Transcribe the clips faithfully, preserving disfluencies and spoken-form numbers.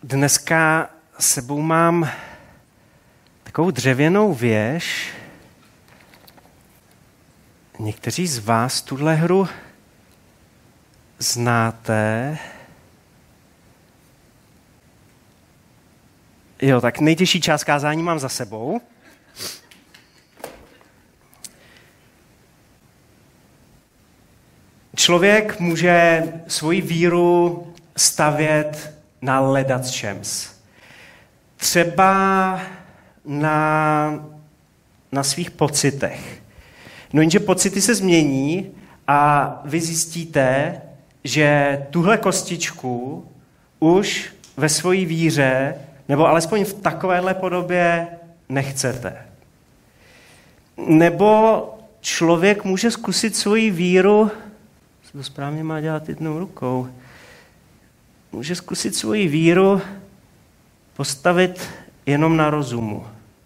Dneska s sebou mám takovou dřevěnou věž. Někteří z vás tuhle hru znáte. Jo, tak nejtěžší část kázání mám za sebou. Člověk může svoji víru stavět na ledacčems. Třeba na, na svých pocitech. No jenže pocity se změní a vy zjistíte, že tuhle kostičku už ve své víře, nebo alespoň v takovéhle podobě nechcete. Nebo člověk může zkusit svoji víru, se to správně má dělat jednou rukou, může zkusit svoji víru postavit jenom na rozumu.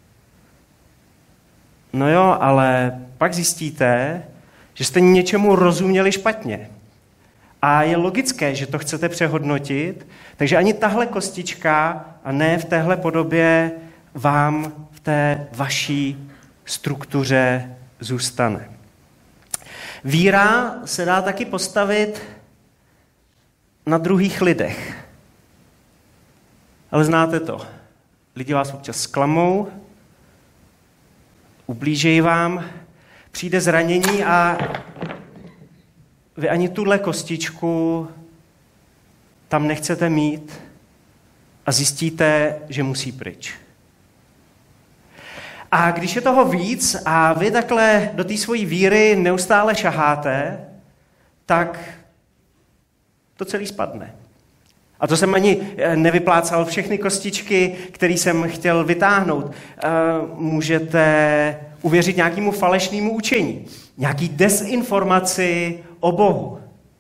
No jo, ale pak zjistíte, že jste něčemu rozuměli špatně. A je logické, že to chcete přehodnotit, takže ani tahle kostička a ne v téhle podobě vám v té vaší struktuře zůstane. Víra se dá taky postavit na druhých lidech. Ale znáte to. Lidi vás občas zklamou, ublížejí vám, přijde zranění a vy ani tuhle kostičku tam nechcete mít a zjistíte, že musí pryč. A když je toho víc a vy takhle do té svojí víry neustále šaháte, tak to celý spadne. A to jsem ani nevyplácal všechny kostičky, které jsem chtěl vytáhnout. Můžete uvěřit nějakému falešnému učení, nějaký dezinformaci o Bohu.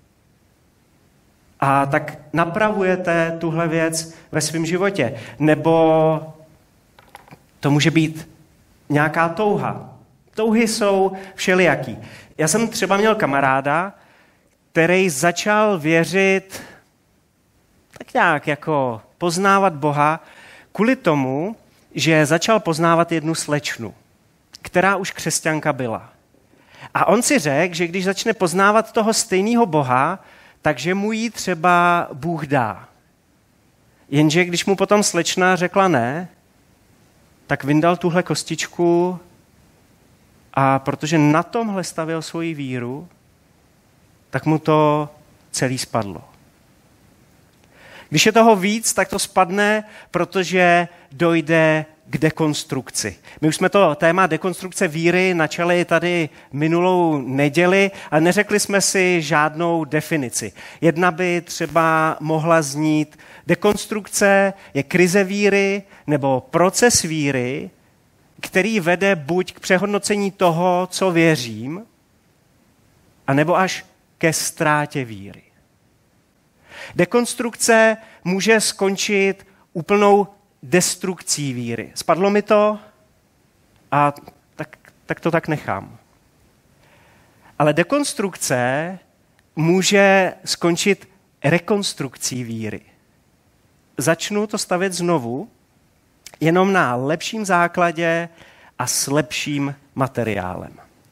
A tak napravujete tuhle věc ve svém životě. Nebo to může být nějaká touha. Touhy jsou všelijaký. Já jsem třeba měl kamaráda, který začal věřit tak nějak jako poznávat Boha kvůli tomu, že začal poznávat jednu slečnu, která už křesťanka byla. A on si řekl, že když začne poznávat toho stejného Boha, takže mu ji třeba Bůh dá. Jenže když mu potom slečna řekla ne, tak vyndal tuhle kostičku a protože na tomhle stavěl svoji víru, tak mu to celý spadlo. Když je toho víc, tak to spadne, protože dojde k dekonstrukci. My už jsme to téma dekonstrukce víry načali tady minulou neděli a neřekli jsme si žádnou definici. Jedna by třeba mohla znít, dekonstrukce je krize víry nebo proces víry, který vede buď k přehodnocení toho, co věřím, anebo až ke ztrátě víry. Dekonstrukce může skončit úplnou destrukcí víry. Spadlo mi to a tak, tak to tak nechám. Ale dekonstrukce může skončit rekonstrukcí víry. Začnu to stavět znovu, jenom na lepším základě a s lepším materiálem.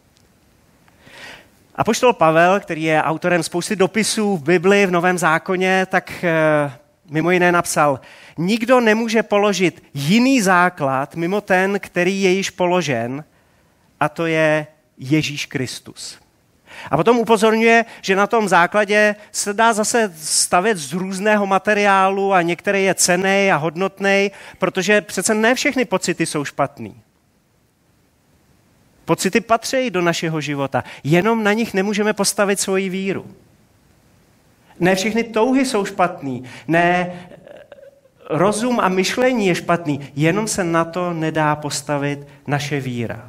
Apoštol Pavel, který je autorem spousty dopisů v Bibli, v Novém zákoně, tak mimo jiné napsal, nikdo nemůže položit jiný základ mimo ten, který je již položen, a to je Ježíš Kristus. A potom upozorňuje, že na tom základě se dá zase stavět z různého materiálu a některý je cenný a hodnotný, protože přece ne všechny pocity jsou špatný. Pocity patří do našeho života, jenom na nich nemůžeme postavit svoji víru. Ne všechny touhy jsou špatný, ne rozum a myšlení je špatný, jenom se na to nedá postavit naše víra.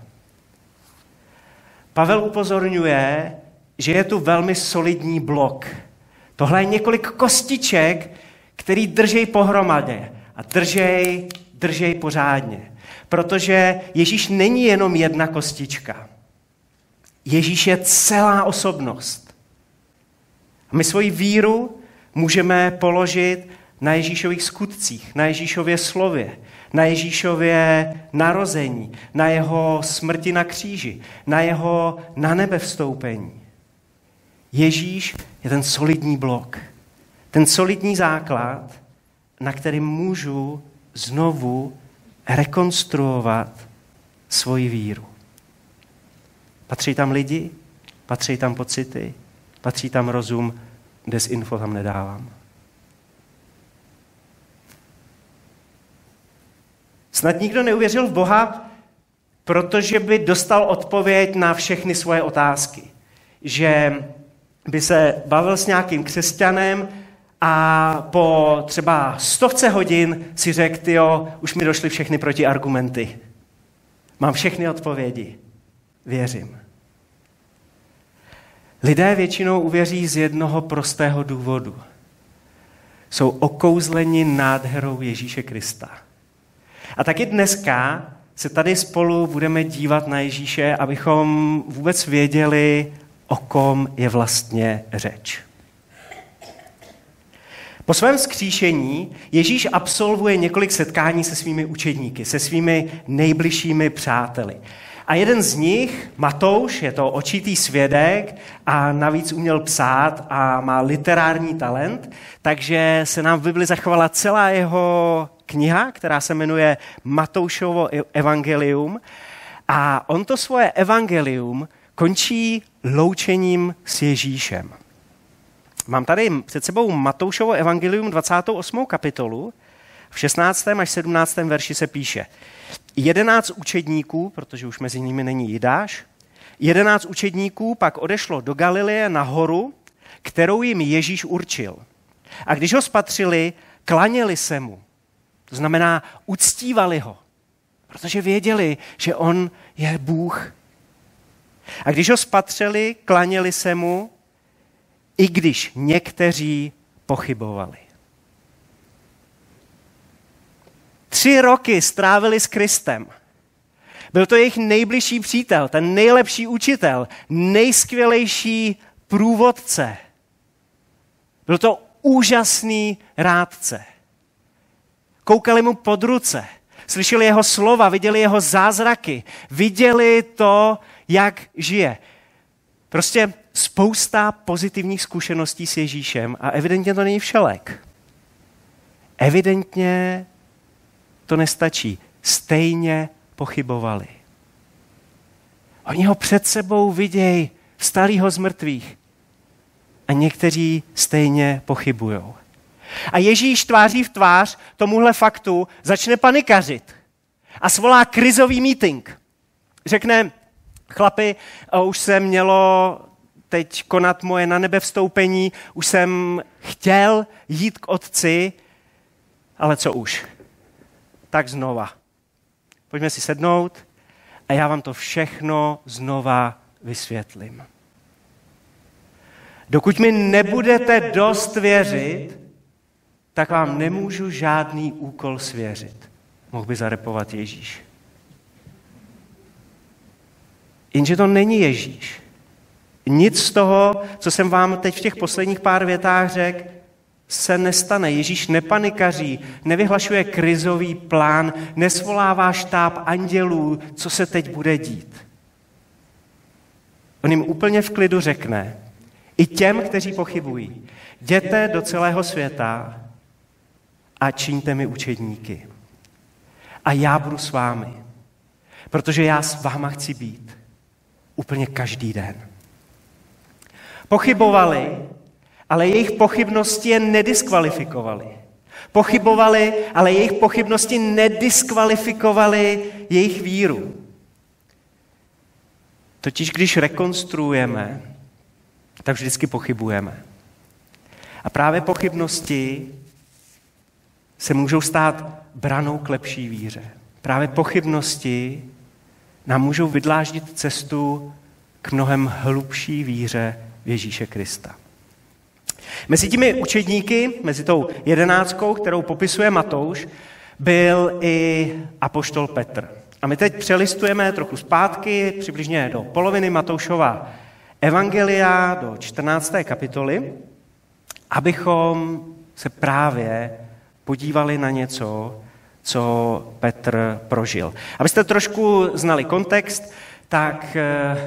Pavel upozorňuje, že je tu velmi solidní blok. Tohle je několik kostiček, který držej pohromadě a držej, držej pořádně. Protože Ježíš není jenom jedna kostička. Ježíš je celá osobnost. A my svoji víru můžeme položit na Ježíšových skutcích, na Ježíšově slově, na Ježíšově narození, na jeho smrti na kříži, na jeho na nebe vstoupení. Ježíš je ten solidní blok, ten solidní základ, na kterým můžu znovu rekonstruovat svoji víru. Patří tam lidi, patří tam pocity, patří tam rozum, desinfo tam nedávám. Snad nikdo neuvěřil v Boha, protože by dostal odpověď na všechny svoje otázky. Že by se bavil s nějakým křesťanem a po třeba stovce hodin si řekl, tyjo, už mi došly všechny protiargumenty. Mám všechny odpovědi. Věřím. Lidé většinou uvěří z jednoho prostého důvodu. Jsou okouzleni nádherou Ježíše Krista. A taky dneska se tady spolu budeme dívat na Ježíše, abychom vůbec věděli, o kom je vlastně řeč. Po svém vzkříšení Ježíš absolvuje několik setkání se svými učedníky, se svými nejbližšími přáteli. A jeden z nich, Matouš, je to očitý svědek a navíc uměl psát a má literární talent, takže se nám v Bibli zachovala celá jeho kniha, která se jmenuje Matoušovo evangelium. A on to svoje evangelium končí loučením s Ježíšem. Mám tady před sebou Matoušovo evangelium dvacátou osmou kapitolu. V šestnáctém až sedmnáctém verši se píše: Jedenáct učedníků, protože už mezi nimi není Jidáš, jedenáct učedníků pak odešlo do Galileje na horu, kterou jim Ježíš určil. A když ho spatřili, klaněli se mu. To znamená, uctívali ho, protože věděli, že on je Bůh. A když ho spatřili, klaněli se mu, i když někteří pochybovali. Tři roky strávili s Kristem. Byl to jejich nejbližší přítel, ten nejlepší učitel, nejskvělejší průvodce. Byl to úžasný rádce. Koukali mu pod ruce, slyšeli jeho slova, viděli jeho zázraky, viděli to, jak žije. Prostě spousta pozitivních zkušeností s Ježíšem a evidentně to není všelek. Evidentně to nestačí. Stejně pochybovali. Oni ho před sebou vidějí vstalýho z mrtvých a někteří stejně pochybujou. A Ježíš tváří v tvář tomuhle faktu začne panikařit a svolá krizový meeting. Řekne: chlapi, už se mělo teď konat moje na nebe vstoupení, už jsem chtěl jít k Otci, ale co už? Tak znova. Pojďme si sednout a já vám to všechno znova vysvětlím. Dokud mi nebudete dost věřit, tak vám nemůžu žádný úkol svěřit. Mohl by zarepovat Ježíš. Jenže to není Ježíš. Nic z toho, co jsem vám teď v těch posledních pár větách řekl, se nestane. Ježíš nepanikaří, nevyhlašuje krizový plán, nesvolává štáb andělů, co se teď bude dít. On jim úplně v klidu řekne, i těm, kteří pochybují, jděte do celého světa a čiňte mi učedníky. A já budu s vámi, protože já s váma chci být úplně každý den. Pochybovali, ale jejich pochybnosti je nediskvalifikovaly. Pochybovali, ale jejich pochybnosti nediskvalifikovaly jejich víru. Totiž když rekonstruujeme, tak vždycky pochybujeme. A právě pochybnosti se můžou stát branou k lepší víře. Právě pochybnosti nám můžou vydláždit cestu k mnohem hlubší víře v Ježíše Krista. Mezi těmi učedníky, mezi tou jedenáctkou, kterou popisuje Matouš, byl i apoštol Petr. A my teď přelistujeme trochu zpátky, přibližně do poloviny Matoušova evangelia, do čtrnácté kapitoly, abychom se právě podívali na něco, co Petr prožil. Abyste trošku znali kontext, tak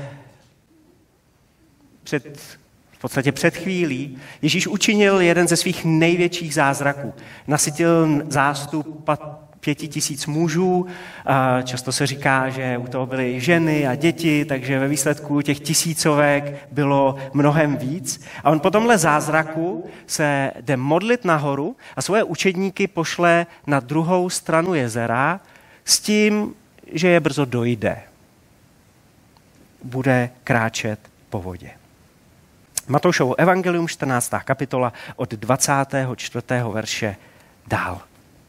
před, v podstatě před chvílí Ježíš učinil jeden ze svých největších zázraků. Nasytil zástup pěti tisíc mužů, často se říká, že u toho byly ženy a děti, takže ve výsledku těch tisícovek bylo mnohem víc. A on po tomhle zázraku se jde modlit nahoru a svoje učedníky pošle na druhou stranu jezera s tím, že je brzo dojde. Bude kráčet po vodě. Matoušovo evangelium, čtrnáctá kapitola, od dvacátého čtvrtého verše dál.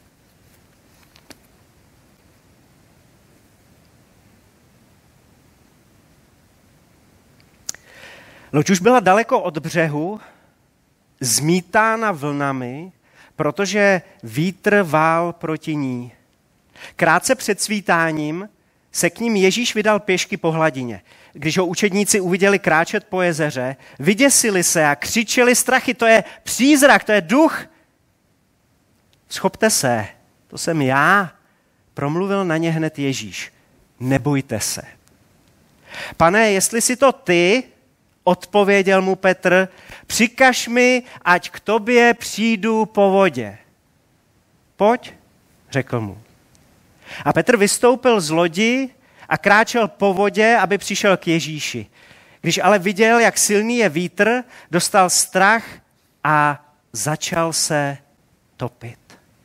Loď už byla daleko od břehu, zmítána vlnami, protože vítr vál proti ní. Krátce před svítáním se k ním Ježíš vydal pěšky po hladině. Když ho učedníci uviděli kráčet po jezeře, vyděsili se a křičeli strachy, to je přízrak, to je duch. Schopte se, to jsem já, promluvil na ně hned Ježíš. Nebojte se. Pane, jestli jsi to ty, odpověděl mu Petr, přikaž mi, ať k tobě přijdu po vodě. Pojď, řekl mu. A Petr vystoupil z lodi a kráčel po vodě, aby přišel k Ježíši. Když ale viděl, jak silný je vítr, dostal strach a začal se topit.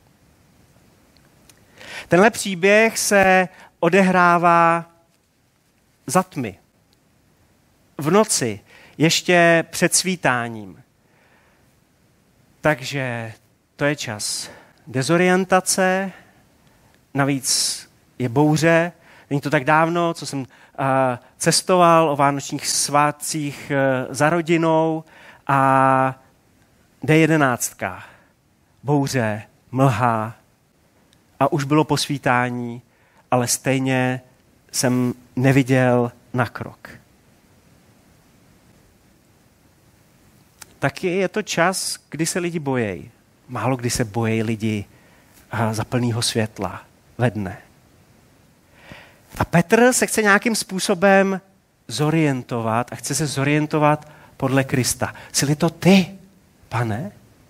Tenhle příběh se odehrává za tmy. V noci, ještě před svítáním. Takže to je čas dezorientace, navíc je bouře, není to tak dávno, co jsem uh, cestoval o vánočních svátcích uh, za rodinou a dé jedenáct. Bouře, mlha a už bylo po svítání, ale stejně jsem neviděl na krok. Taky je to čas, kdy se lidi bojejí. Málo kdy se bojejí lidi za plného světla ve dne. A Petr se chce nějakým způsobem zorientovat a chce se zorientovat podle Krista. Jsi-li to ty, Pane?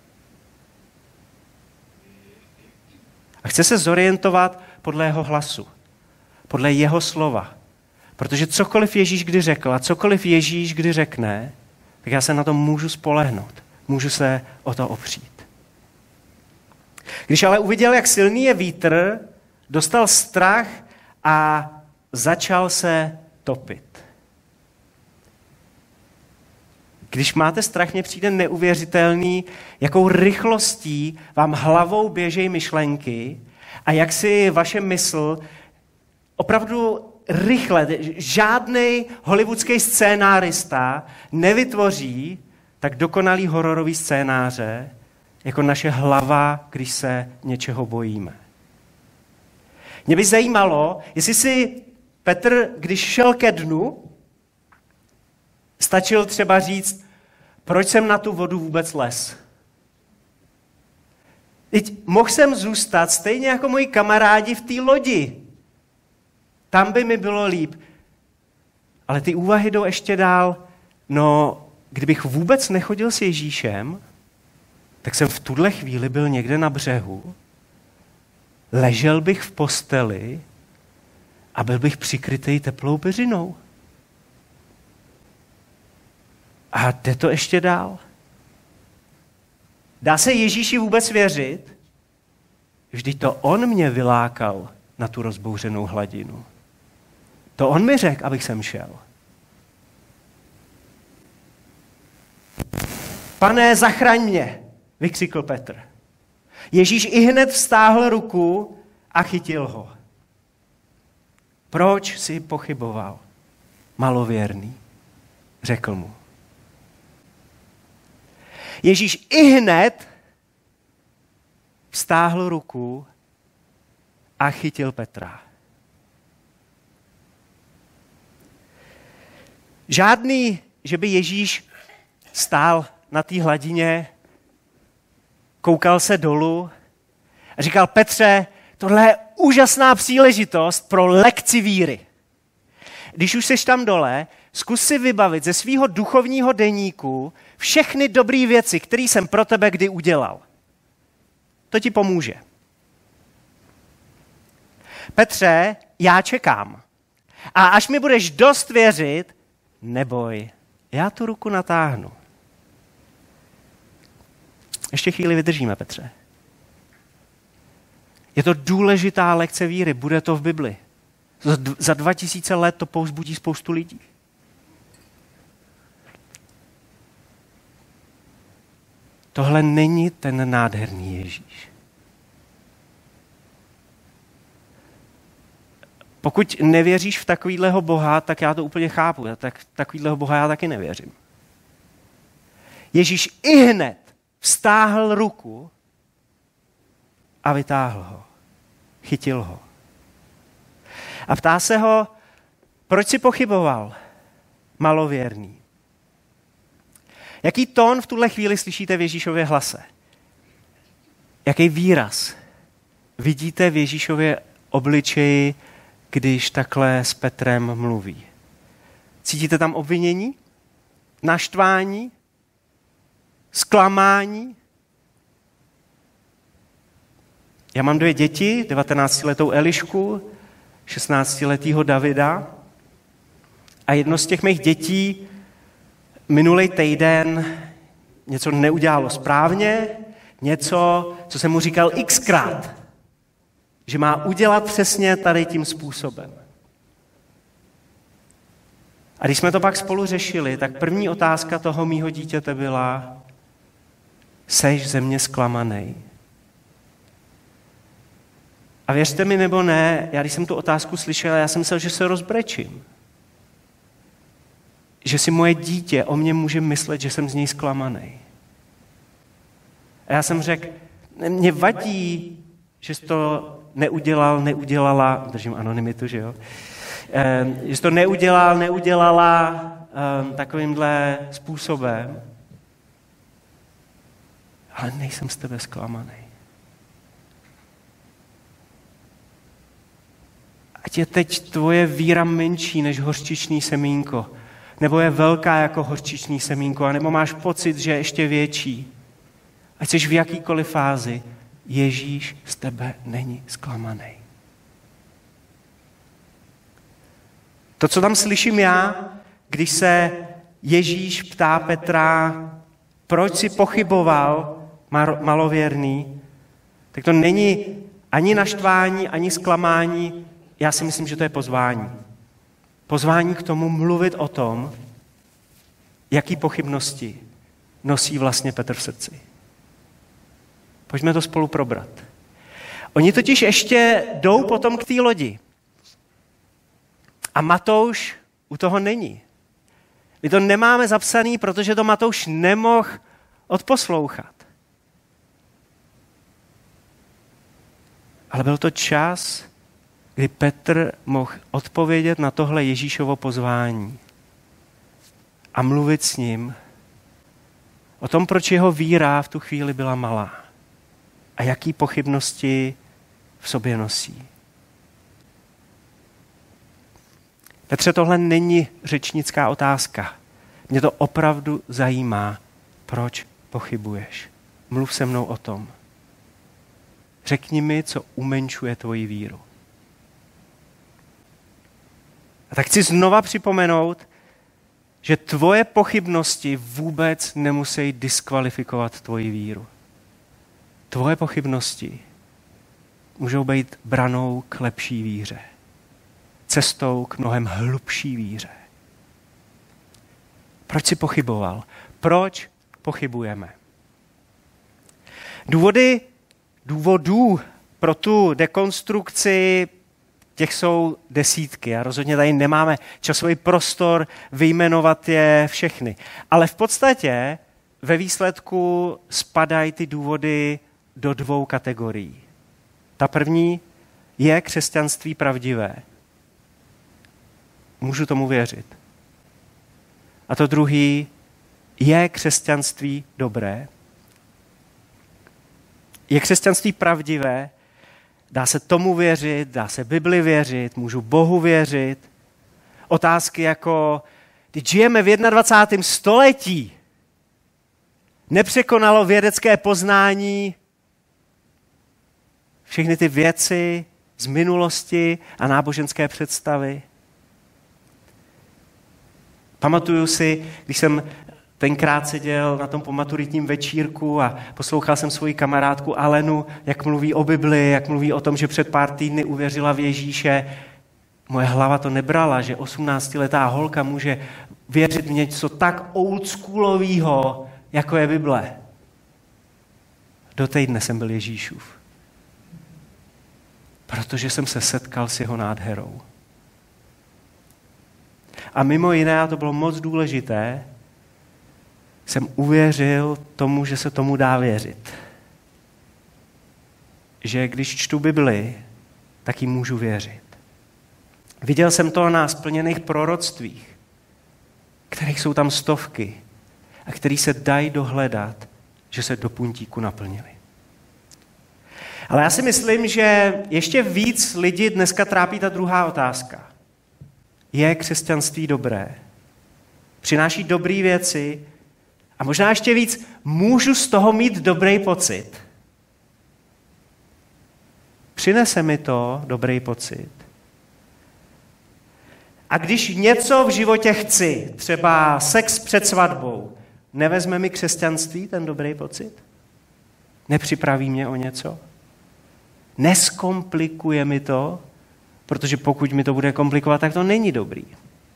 A chce se zorientovat podle jeho hlasu, podle jeho slova. Protože cokoliv Ježíš kdy řekl a cokoliv Ježíš kdy řekne, tak já se na to můžu spolehnout. Můžu se o to opřít. Když ale uviděl, jak silný je vítr, dostal strach a začal se topit. Když máte strach, mně přijde neuvěřitelný, jakou rychlostí vám hlavou běžejí myšlenky a jak si vaše mysl opravdu rychle, žádnej hollywoodský scénárista nevytvoří tak dokonalý hororový scénáře, jako naše hlava, když se něčeho bojíme. Mě by zajímalo, jestli si Petr, když šel ke dnu, stačil třeba říct, proč jsem na tu vodu vůbec les. Teď mohl jsem zůstat stejně jako moji kamarádi v té lodi. Tam by mi bylo líp. Ale ty úvahy jdou ještě dál. No, kdybych vůbec nechodil s Ježíšem, tak jsem v tuhle chvíli byl někde na břehu, ležel bych v posteli a byl bych přikrytej teplou peřinou. A jde to ještě dál. Dá se Ježíši vůbec věřit? Vždyť to on mě vylákal na tu rozbouřenou hladinu. To on mi řekl, abych sem šel. Pane, zachraň mě, vykřikl Petr. Ježíš i hned vztáhl ruku a chytil ho. Proč jsi pochyboval, malověrný? Řekl mu. Ježíš i hned vztáhl ruku a chytil Petra. Žádný, že by Ježíš stál na té hladině, koukal se dolů A říkal, Petře, tohle je úžasná příležitost pro lekci víry. Když už jsi tam dole, zkus si vybavit ze svého duchovního deníku všechny dobré věci, které jsem pro tebe kdy udělal. To ti pomůže. Petře, já čekám. A až mi budeš dost věřit, neboj, já tu ruku natáhnu. Ještě chvíli vydržíme, Petře. Je to důležitá lekce víry, bude to v Bibli. Za dva tisíce let to povzbudí spoustu lidí. Tohle není ten nádherný Ježíš. Pokud nevěříš v takovýhleho Boha, tak já to úplně chápu. Tak takovýhleho Boha já taky nevěřím. Ježíš ihned vztáhl ruku a vytáhl ho. Chytil ho. A ptá se ho, proč si pochyboval, malověrný? Jaký tón v tuhle chvíli slyšíte v Ježíšově hlase? Jaký výraz vidíte v Ježíšově obličeji, když takhle s Petrem mluví? Cítíte tam obvinění? Naštvání? Zklamání? Já mám dvě děti, devatenáctiletou Elišku, šestnáctiletýho Davida. A jedno z těch mých dětí minulý týden něco neudělalo správně, něco, co jsem mu říkal xkrát, že má udělat přesně tady tím způsobem. A když jsme to pak spolu řešili, tak první otázka toho mýho dítěte byla, seš ze mě zklamanej? A věřte mi nebo ne, já když jsem tu otázku slyšel, já jsem myslel, že se rozbrečím. Že si moje dítě o mě může myslet, že jsem z něj zklamanej. A já jsem řekl, mě vadí, že jsi to neudělal, neudělala, držím anonymitu, že jo, e, že jsi to neudělal, neudělala e, takovýmhle způsobem, ale nejsem z tebe zklamanej. Ať je teď tvoje víra menší než hořčičný semínko, nebo je velká jako hořčičný semínko, anebo máš pocit, že je ještě větší. Ať jsi v jakýkoliv fázi, Ježíš z tebe není zklamaný. To, co tam slyším já, když se Ježíš ptá Petra, proč si pochyboval, malověrný, tak to není ani naštvání, ani zklamání. Já si myslím, že to je pozvání. Pozvání k tomu mluvit o tom, jaký pochybnosti nosí vlastně Petr v srdci. Pojďme to spolu probrat. Oni totiž ještě jdou potom k té lodi. A Matouš u toho není. My to nemáme zapsaný, protože to Matouš nemohl odposlouchat. Ale byl to čas, kdy Petr mohl odpovědět na tohle Ježíšovo pozvání a mluvit s ním o tom, proč jeho víra v tu chvíli byla malá a jaký pochybnosti v sobě nosí. Petře, tohle není řečnická otázka. Mě to opravdu zajímá, proč pochybuješ. Mluv se mnou o tom. Řekni mi, co umenšuje tvoji víru. A tak chci znova připomenout, že tvoje pochybnosti vůbec nemusí diskvalifikovat tvoji víru. Tvoje pochybnosti můžou být branou k lepší víře. Cestou k mnohem hlubší víře. Proč jsi pochyboval? Proč pochybujeme? Důvody, důvodů pro tu dekonstrukci těch jsou desítky a rozhodně tady nemáme časový prostor vyjmenovat je všechny. Ale v podstatě ve výsledku spadají ty důvody do dvou kategorií. Ta první je křesťanství pravdivé. Můžu tomu věřit. A to druhý je křesťanství dobré. Je křesťanství pravdivé? Dá se tomu věřit, dá se Bibli věřit, můžu Bohu věřit. Otázky jako, když žijeme v dvacátém prvním století, nepřekonalo vědecké poznání všechny ty věci z minulosti a náboženské představy. Pamatuju si, když jsem tenkrát seděl na tom pomaturitním večírku a poslouchal jsem svoji kamarádku Alenu, jak mluví o Bibli, jak mluví o tom, že před pár týdny uvěřila v Ježíše. Moje hlava to nebrala, že osmnáctiletá holka může věřit v něco tak oldschoolového, jako je Bible. Do týdne jsem byl Ježíšův. Protože jsem se setkal s jeho nádherou. A mimo jiné, a to bylo moc důležité, jsem uvěřil tomu, že se tomu dá věřit. Že když čtu Bibli, tak jí můžu věřit. Viděl jsem to na splněných proroctvích, kterých jsou tam stovky a který se dají dohledat, že se do puntíku naplnili. Ale já si myslím, že ještě víc lidí dneska trápí ta druhá otázka. Je křesťanství dobré? Přináší dobré věci a možná ještě víc, můžu z toho mít dobrý pocit. Přinese mi to dobrý pocit. A když něco v životě chci, třeba sex před svatbou, nevezme mi křesťanství ten dobrý pocit? Nepřipraví mě o něco? Neskomplikuje mi to? Protože pokud mi to bude komplikovat, tak to není dobrý.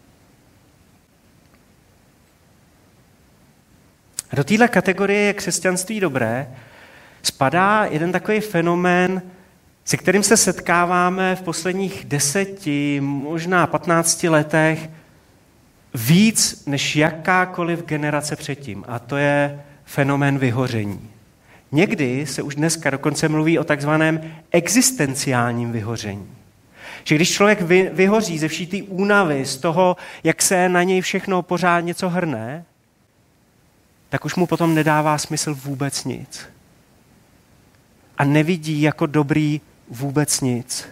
Do téhle kategorie je křesťanství dobré spadá jeden takový fenomén, se kterým se setkáváme v posledních deseti, možná patnácti letech víc než jakákoliv generace předtím. A to je fenomén vyhoření. Někdy se už dneska dokonce mluví o takzvaném existenciálním vyhoření. Že když člověk vy, vyhoří ze vší té únavy, z toho, jak se na něj všechno pořád něco hrne, tak už mu potom nedává smysl vůbec nic. A nevidí jako dobrý vůbec nic.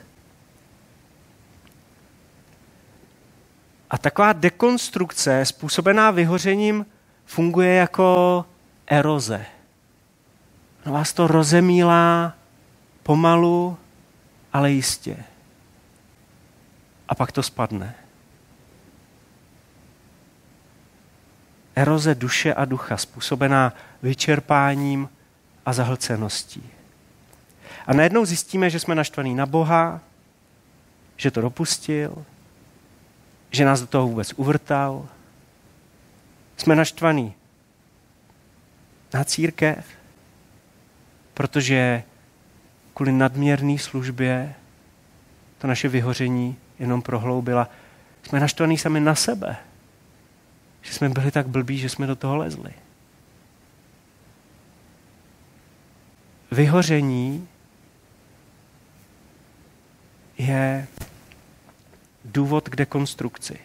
A taková dekonstrukce způsobená vyhořením funguje jako eroze. No vás to rozemílá pomalu, ale jistě. A pak to spadne. Eroze duše a ducha způsobená vyčerpáním a zahlceností. A najednou zjistíme, že jsme naštvaní na Boha, že to dopustil, že nás do toho vůbec uvrtal. Jsme naštvaní na církev, protože kvůli nadměrné službě to naše vyhoření jenom prohloubila. Jsme naštvaní sami na sebe, že jsme byli tak blbí, že jsme do toho lezli. Vyhoření je důvod k dekonstrukci.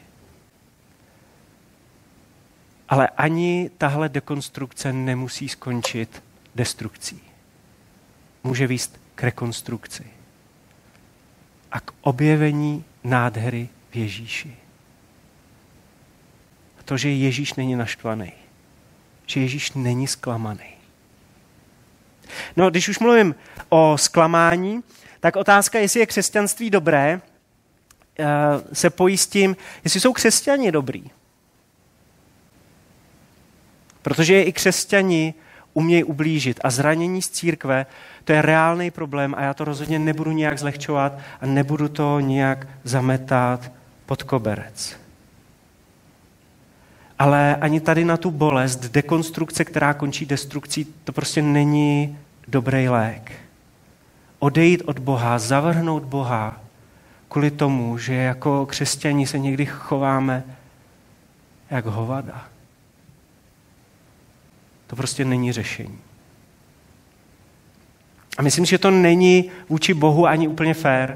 Ale ani tahle dekonstrukce nemusí skončit destrukcí. Může vést k rekonstrukci a k objevení nádhery v Ježíši. To, že Ježíš není naštvaný, že Ježíš není zklamaný. No, když už mluvím o zklamání, tak otázka, jestli je křesťanství dobré, se pojí s tím, jestli jsou křesťani dobrý. Protože i křesťani umějí ublížit a zranění z církve, to je reálný problém a já to rozhodně nebudu nějak zlehčovat a nebudu to nějak zametat pod koberec. Ale ani tady na tu bolest, dekonstrukce, která končí destrukcí, to prostě není dobrý lék. Odejít od Boha, zavrhnout Boha kvůli tomu, že jako křesťani se někdy chováme jak hovada. To prostě není řešení. A myslím, že to není vůči Bohu ani úplně fér.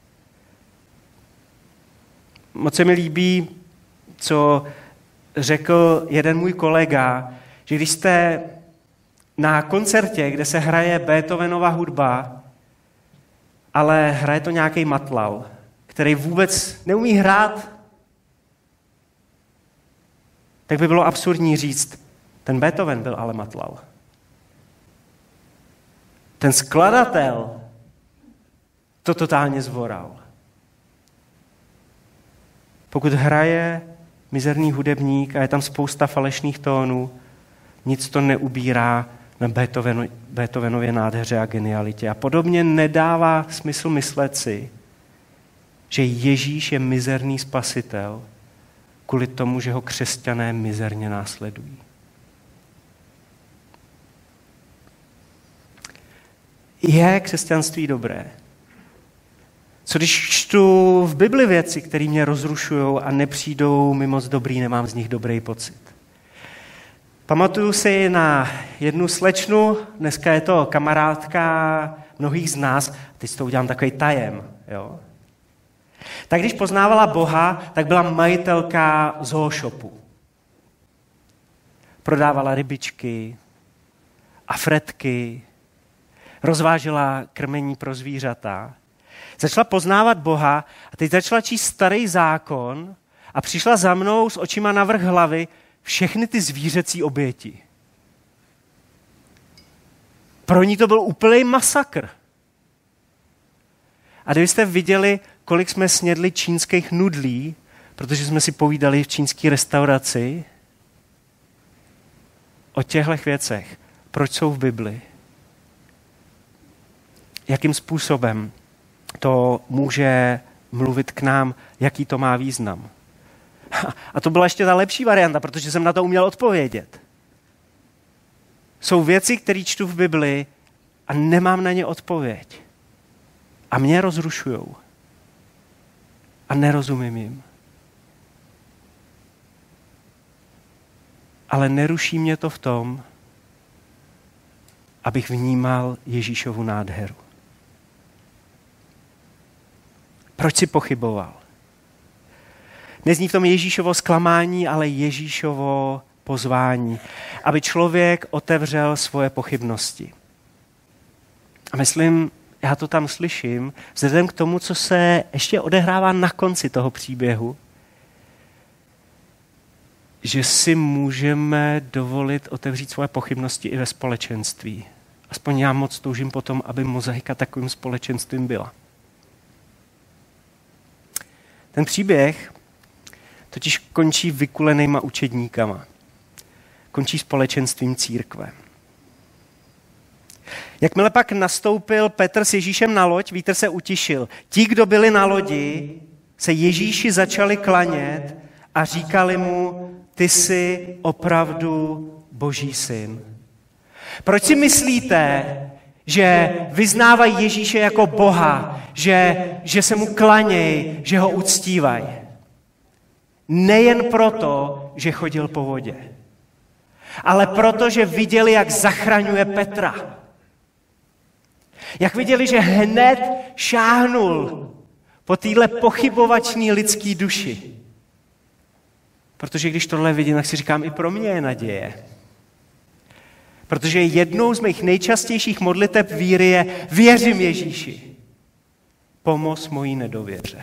Moc se mi líbí, co řekl jeden můj kolega, že když jste na koncertě, kde se hraje Beethovenova hudba, ale hraje to nějaký matlal, který vůbec neumí hrát, tak by bylo absurdní říct, ten Beethoven byl ale matlal. Ten skladatel to totálně zvoral. Pokud hraje mizerný hudebník a je tam spousta falešných tónů, nic to neubírá na Beethoven, Beethovenově nádheře a genialitě. A podobně nedává smysl myslet si, že Ježíš je mizerný spasitel kvůli tomu, že ho křesťané mizerně následují. Je křesťanství dobré? Co když čtu v Bibli věci, které mě rozrušují a nepřijdou mi moc dobrý, nemám z nich dobrý pocit? Pamatuju si na jednu slečnu, dneska je to kamarádka mnohých z nás, teď si to udělám takový tajem, jo? Tak když poznávala Boha, tak byla majitelka zooshopu. Prodávala rybičky a fretky, rozvážela krmení pro zvířata. Začala poznávat Boha a teď začala číst starý zákon a přišla za mnou s očima navrch hlavy všechny ty zvířecí oběti. Pro ní to byl úplný masakr. A kdybyste viděli, kolik jsme snědli čínských nudlí, protože jsme si povídali v čínské restauraci o těchto věcech, proč jsou v Bibli, jakým způsobem to může mluvit k nám, jaký to má význam. A to byla ještě ta lepší varianta, protože jsem na to uměl odpovědět. Jsou věci, které čtu v Bibli a nemám na ně odpověď. A mě rozrušujou. A nerozumím jim. Ale neruší mě to v tom, abych vnímal Ježíšovu nádheru. Proč si pochyboval? Nezní v tom Ježíšovo zklamání, ale Ježíšovo pozvání, aby člověk otevřel svoje pochybnosti. A myslím, já to tam slyším, vzhledem k tomu, co se ještě odehrává na konci toho příběhu, že si můžeme dovolit otevřít svoje pochybnosti i ve společenství. Aspoň já moc toužím potom, aby mozaika takovým společenstvím byla. Ten příběh totiž končí vykulenýma učedníkama. Končí společenstvím církve. Jakmile pak nastoupil Petr s Ježíšem na loď, vítr se utišil. Ti, kdo byli na lodi, se Ježíši začali klanět a říkali mu, ty jsi opravdu Boží syn. Proč si myslíte, že vyznávají Ježíše jako Boha, že, že se mu klanějí, že ho uctívají? Nejen proto, že chodil po vodě, ale proto, že viděli, jak zachraňuje Petra. Jak viděli, že hned šáhnul po téhle pochybovačný lidský duši. Protože když tohle vidím, tak si říkám, i pro mě je naděje. Protože jednou z mých nejčastějších modliteb víry je věřím Ježíši. Pomoz mojí nedověře.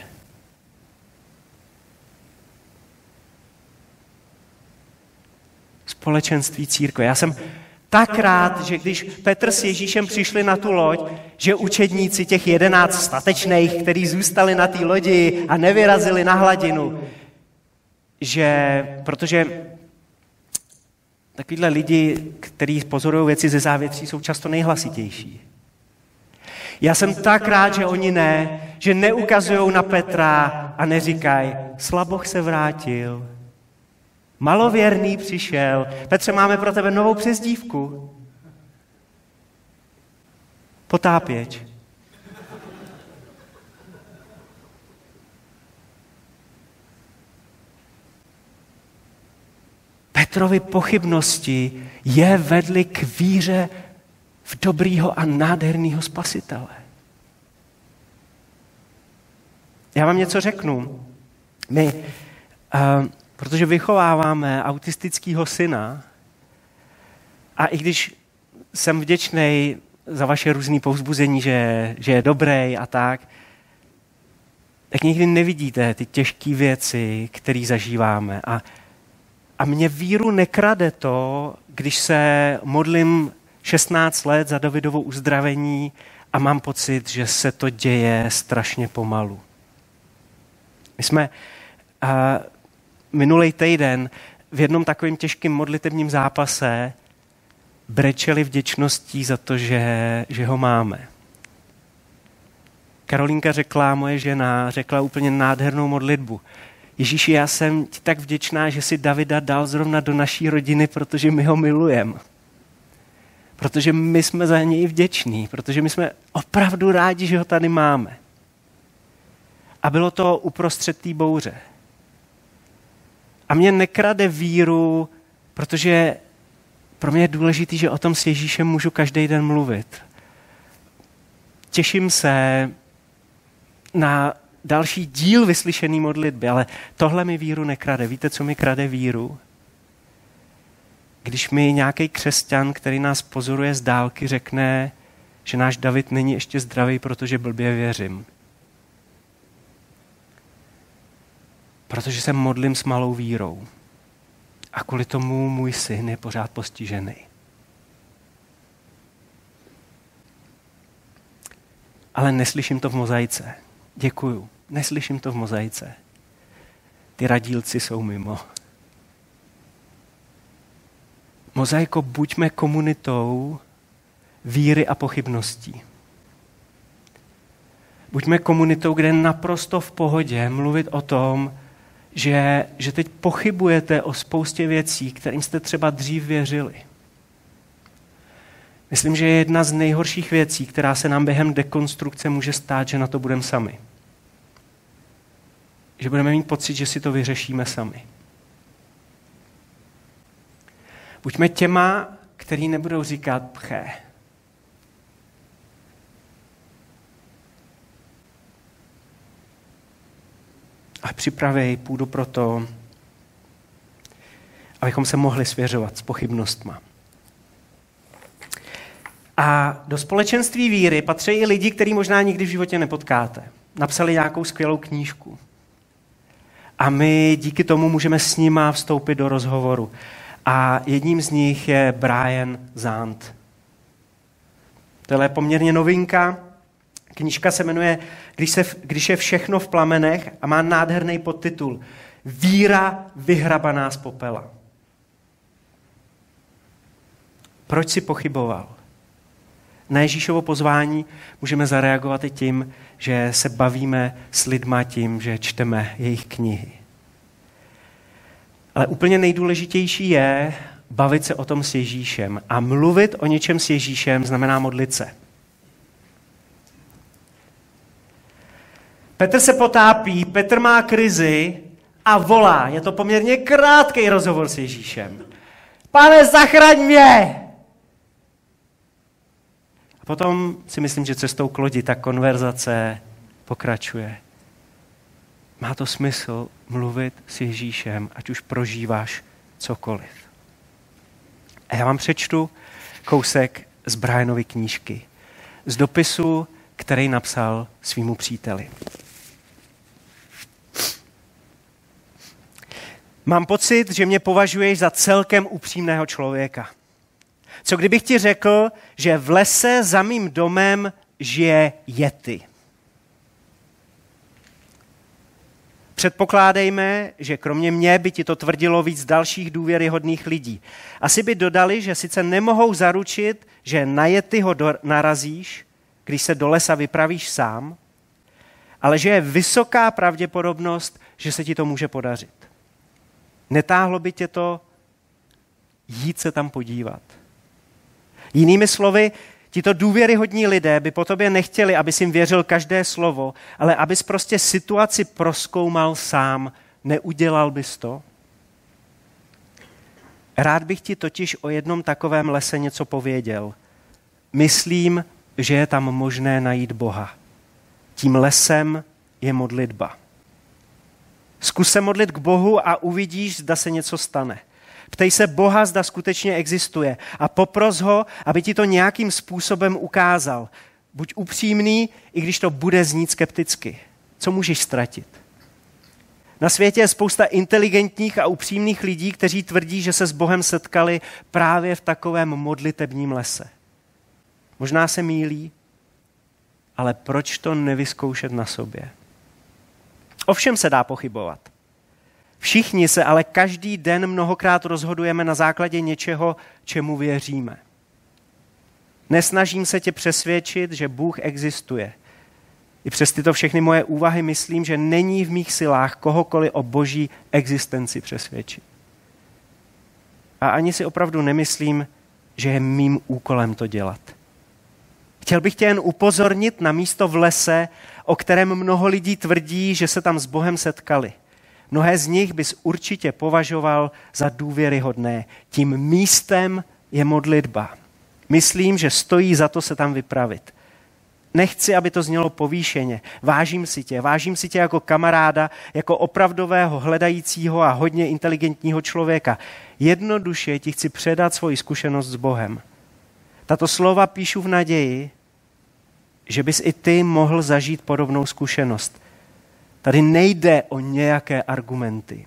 Společenství církve. Já jsem tak rád, že když Petr s Ježíšem přišli na tu loď, že učedníci těch jedenáct statečných, kteří zůstali na té lodi a nevyrazili na hladinu, že, protože takovýhle lidi, kteří pozorují věci ze závětří, jsou často nejhlasitější. Já jsem tak rád, že oni ne, že neukazují na Petra a neříkají, slaboch se vrátil, malověrný přišel, Petře, máme pro tebe novou přezdívku. Potápěč. Petrovi pochybnosti je vedly k víře v dobrýho a nádherného spasitele. Já vám něco řeknu. My, uh, protože vychováváme autistického syna a i když jsem vděčný za vaše různé povzbuzení, že, že je dobrý a tak, tak nikdy nevidíte ty těžké věci, které zažíváme. A, a mě víru nekrade to, když se modlím šestnáct let za Davidovo uzdravení a mám pocit, že se to děje strašně pomalu. My jsme uh, minulý týden v jednom takovém těžkém modlitevním zápase brečeli vděčností za to, že, že ho máme. Karolínka řekla, moje žena, řekla úplně nádhernou modlitbu. Ježíši, já jsem ti tak vděčná, že jsi Davida dal zrovna do naší rodiny, protože my ho milujeme. Protože my jsme za něj vděční, protože my jsme opravdu rádi, že ho tady máme. A bylo to uprostřed té bouře. A mě nekrade víru, protože pro mě je důležité, že o tom s Ježíšem můžu každý den mluvit. Těším se na další díl vyslyšený modlitby, ale tohle mi víru nekrade. Víte, co mi krade víru? Když mi nějaký křesťan, který nás pozoruje z dálky, řekne, že náš David není ještě zdravý, protože blbě věřím. Protože se modlím s malou vírou. A kvůli tomu můj syn je pořád postižený. Ale neslyším to v mozaice. Děkuju. Neslyším to v mozaice. Ty radílci jsou mimo. Mozaiko, buďme komunitou víry a pochybností. Buďme komunitou, kde je naprosto v pohodě mluvit o tom, že, že teď pochybujete o spoustě věcí, kterým jste třeba dřív věřili. Myslím, že je jedna z nejhorších věcí, která se nám během dekonstrukce může stát, že na to budeme sami. Že budeme mít pocit, že si to vyřešíme sami. Buďme těma, který nebudou říkat pché. A připravej půdu pro to, abychom se mohli svěřovat s pochybnostma. A do společenství víry patří i lidi, který možná nikdy v životě nepotkáte. Napsali nějakou skvělou knížku. A my díky tomu můžeme s nima vstoupit do rozhovoru. A jedním z nich je Brian Zahnd. Tohle je poměrně novinka. Knížka se jmenuje Když, se, Když je všechno v plamenech a má nádherný podtitul Víra vyhrabaná z popela. Proč si pochyboval? Na Ježíšovo pozvání můžeme zareagovat i tím, že se bavíme s lidma tím, že čteme jejich knihy. Ale úplně nejdůležitější je bavit se o tom s Ježíšem. A mluvit o něčem s Ježíšem znamená modlit se. Petr se potápí, Petr má krizi a volá. Je to poměrně krátký rozhovor s Ježíšem. Pane, zachraň mě! A potom si myslím, že cestou k lodi ta konverzace pokračuje. Má to smysl mluvit s Ježíšem, ať už prožíváš cokoliv. A já vám přečtu kousek z Brianovy knížky. Z dopisu, který napsal svýmu příteli. Mám pocit, že mě považuješ za celkem upřímného člověka. Co kdybych ti řekl, že v lese za mým domem žije yeti? Předpokládejme, že kromě mě by ti to tvrdilo víc dalších důvěryhodných lidí. Asi by dodali, že sice nemohou zaručit, že na yetiho narazíš, když se do lesa vypravíš sám, ale že je vysoká pravděpodobnost, že se ti to může podařit. Netáhlo by tě to jít se tam podívat. Jinými slovy, tito důvěryhodní lidé by po tobě nechtěli, abys jim věřil každé slovo, ale abys prostě situaci prozkoumal sám. Neudělal bys to? Rád bych ti totiž o jednom takovém lese něco pověděl. Myslím, že je tam možné najít Boha. Tím lesem je modlitba. Zkus se modlit k Bohu a uvidíš, zda se něco stane. Ptej se Boha, zda skutečně existuje a popros ho, aby ti to nějakým způsobem ukázal. Buď upřímný, i když to bude znít skepticky. Co můžeš ztratit? Na světě je spousta inteligentních a upřímných lidí, kteří tvrdí, že se s Bohem setkali právě v takovém modlitebním lese. Možná se mýlí, ale proč to nevyzkoušet na sobě? Ovšem se dá pochybovat. Všichni se ale každý den mnohokrát rozhodujeme na základě něčeho, čemu věříme. Nesnažím se tě přesvědčit, že Bůh existuje. I přes tyto všechny moje úvahy myslím, že není v mých silách kohokoliv o boží existenci přesvědčit. A ani si opravdu nemyslím, že je mým úkolem to dělat. Chtěl bych tě jen upozornit na místo v lese, o kterém mnoho lidí tvrdí, že se tam s Bohem setkali. Mnohé z nich bys určitě považoval za důvěryhodné. Tím místem je modlitba. Myslím, že stojí za to se tam vypravit. Nechci, aby to znělo povýšeně. Vážím si tě. Vážím si tě jako kamaráda, jako opravdového, hledajícího a hodně inteligentního člověka. Jednoduše ti chci předat svoji zkušenost s Bohem. Tato slova píšu v naději, že bys i ty mohl zažít podobnou zkušenost. Tady nejde o nějaké argumenty.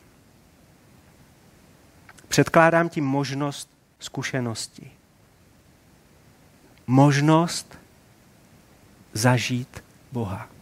Předkládám ti možnost zkušenosti. Možnost zažít Boha.